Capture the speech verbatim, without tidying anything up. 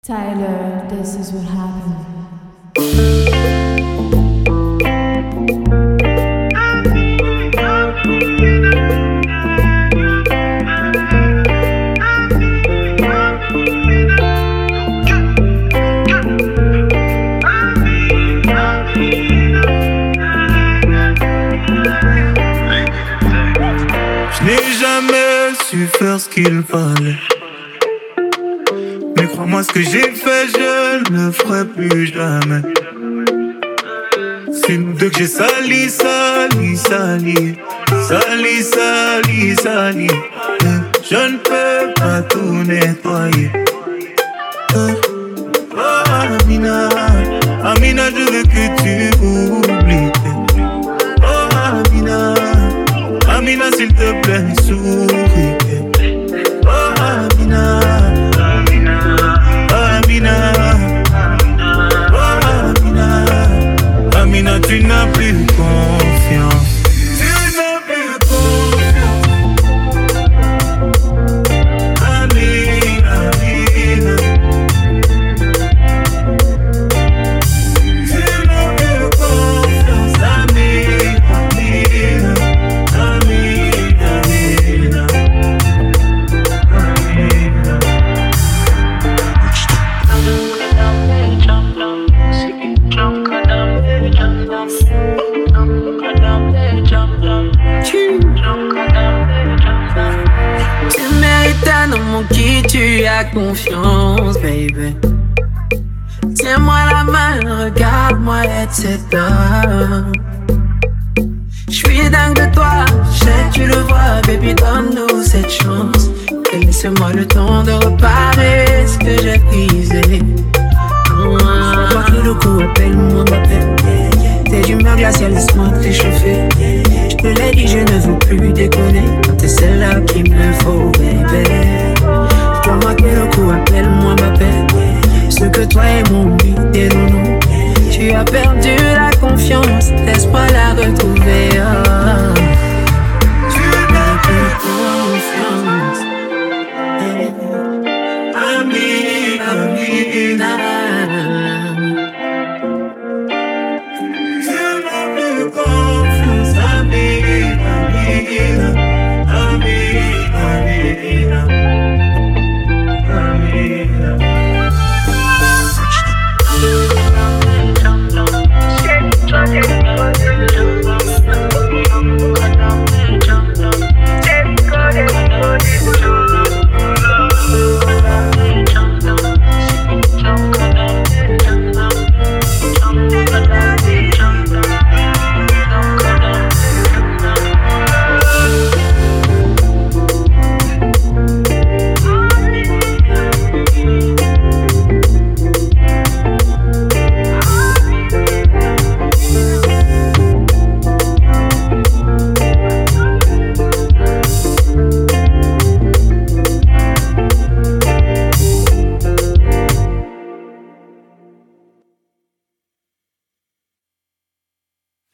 Tyler, this is what happened. Je n'ai jamais su faire ce qu'il fallait. Mais crois-moi, ce que j'ai fait, je ne le ferai plus jamais. C'est nous deux que j'ai sali, sali, sali. Sali, sali, sali. Je ne peux pas tout nettoyer. Oh Amina, Amina, je veux que tu oublies. Oh Amina, Amina, s'il te plaît, souris. Oh Amina, Amina, Amina, oh Amina, Amina, tu n'as plus confiance. Tu n'as plus confiance. Amina, Amina, tu n'as plus confiance. Amina, Amina, Amina, Amina, Amina. Tu mérites un homme en qui tu as confiance, baby. Tiens-moi la main, regarde-moi, et cetera. J'suis dingue de toi, je sais que tu le vois, baby, donne-nous cette chance. Et laisse-moi le temps de reparer ce que j'ai brisé. Vois que le coup, appelle-moi ma peine. T'es d'humeur glaciale, laisse-moi t'échauffer. Je te l'ai dit, je ne veux plus déconner. T'es celle-là qui